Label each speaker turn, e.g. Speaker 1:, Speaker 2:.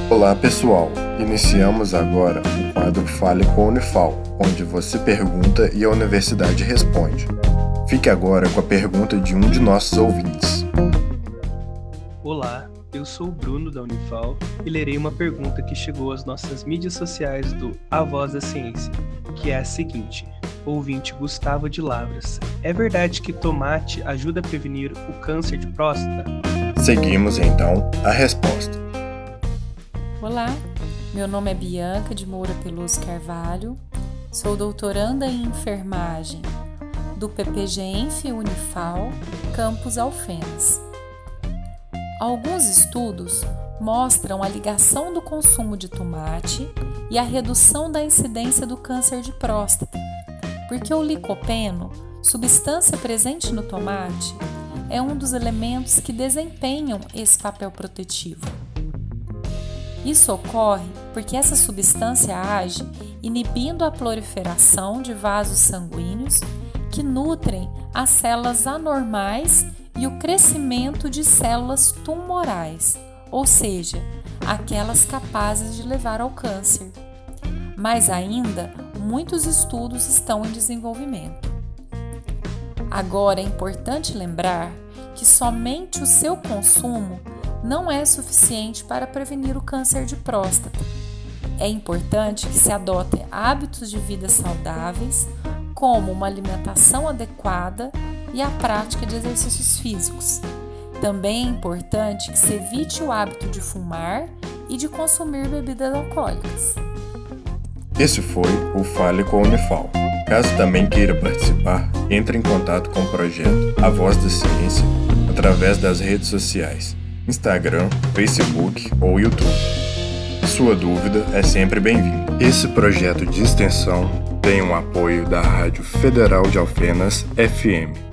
Speaker 1: Olá pessoal, iniciamos agora o quadro Fale com a Unifal, onde você pergunta e a universidade responde. Fique agora com a pergunta de um de nossos ouvintes.
Speaker 2: Olá, eu sou o Bruno da Unifal e lerei uma pergunta que chegou às nossas mídias sociais do A Voz da Ciência, que é a seguinte: ouvinte Gustavo de Lavras, é verdade que tomate ajuda a prevenir o câncer de próstata?
Speaker 1: Seguimos então a resposta.
Speaker 3: Olá, meu nome é Bianca de Moura Peluso Carvalho, sou doutoranda em enfermagem do PPG-ENF Unifal, Campus Alfenas. Alguns estudos mostram a ligação do consumo de tomate e a redução da incidência do câncer de próstata, porque o licopeno, substância presente no tomate, é um dos elementos que desempenham esse papel protetivo. Isso ocorre porque essa substância age inibindo a proliferação de vasos sanguíneos que nutrem as células anormais e o crescimento de células tumorais, ou seja, aquelas capazes de levar ao câncer. Mas ainda, muitos estudos estão em desenvolvimento. Agora é importante lembrar que somente o seu consumo não é suficiente para prevenir o câncer de próstata. É importante que se adotem hábitos de vida saudáveis, como uma alimentação adequada e a prática de exercícios físicos. Também é importante que se evite o hábito de fumar e de consumir bebidas alcoólicas.
Speaker 1: Esse foi o Fale com a Unifal. Caso também queira participar, entre em contato com o projeto A Voz da Ciência através das redes sociais, Instagram, Facebook ou YouTube. Sua dúvida é sempre bem-vinda. Esse projeto de extensão tem o apoio da Rádio Federal de Alfenas FM.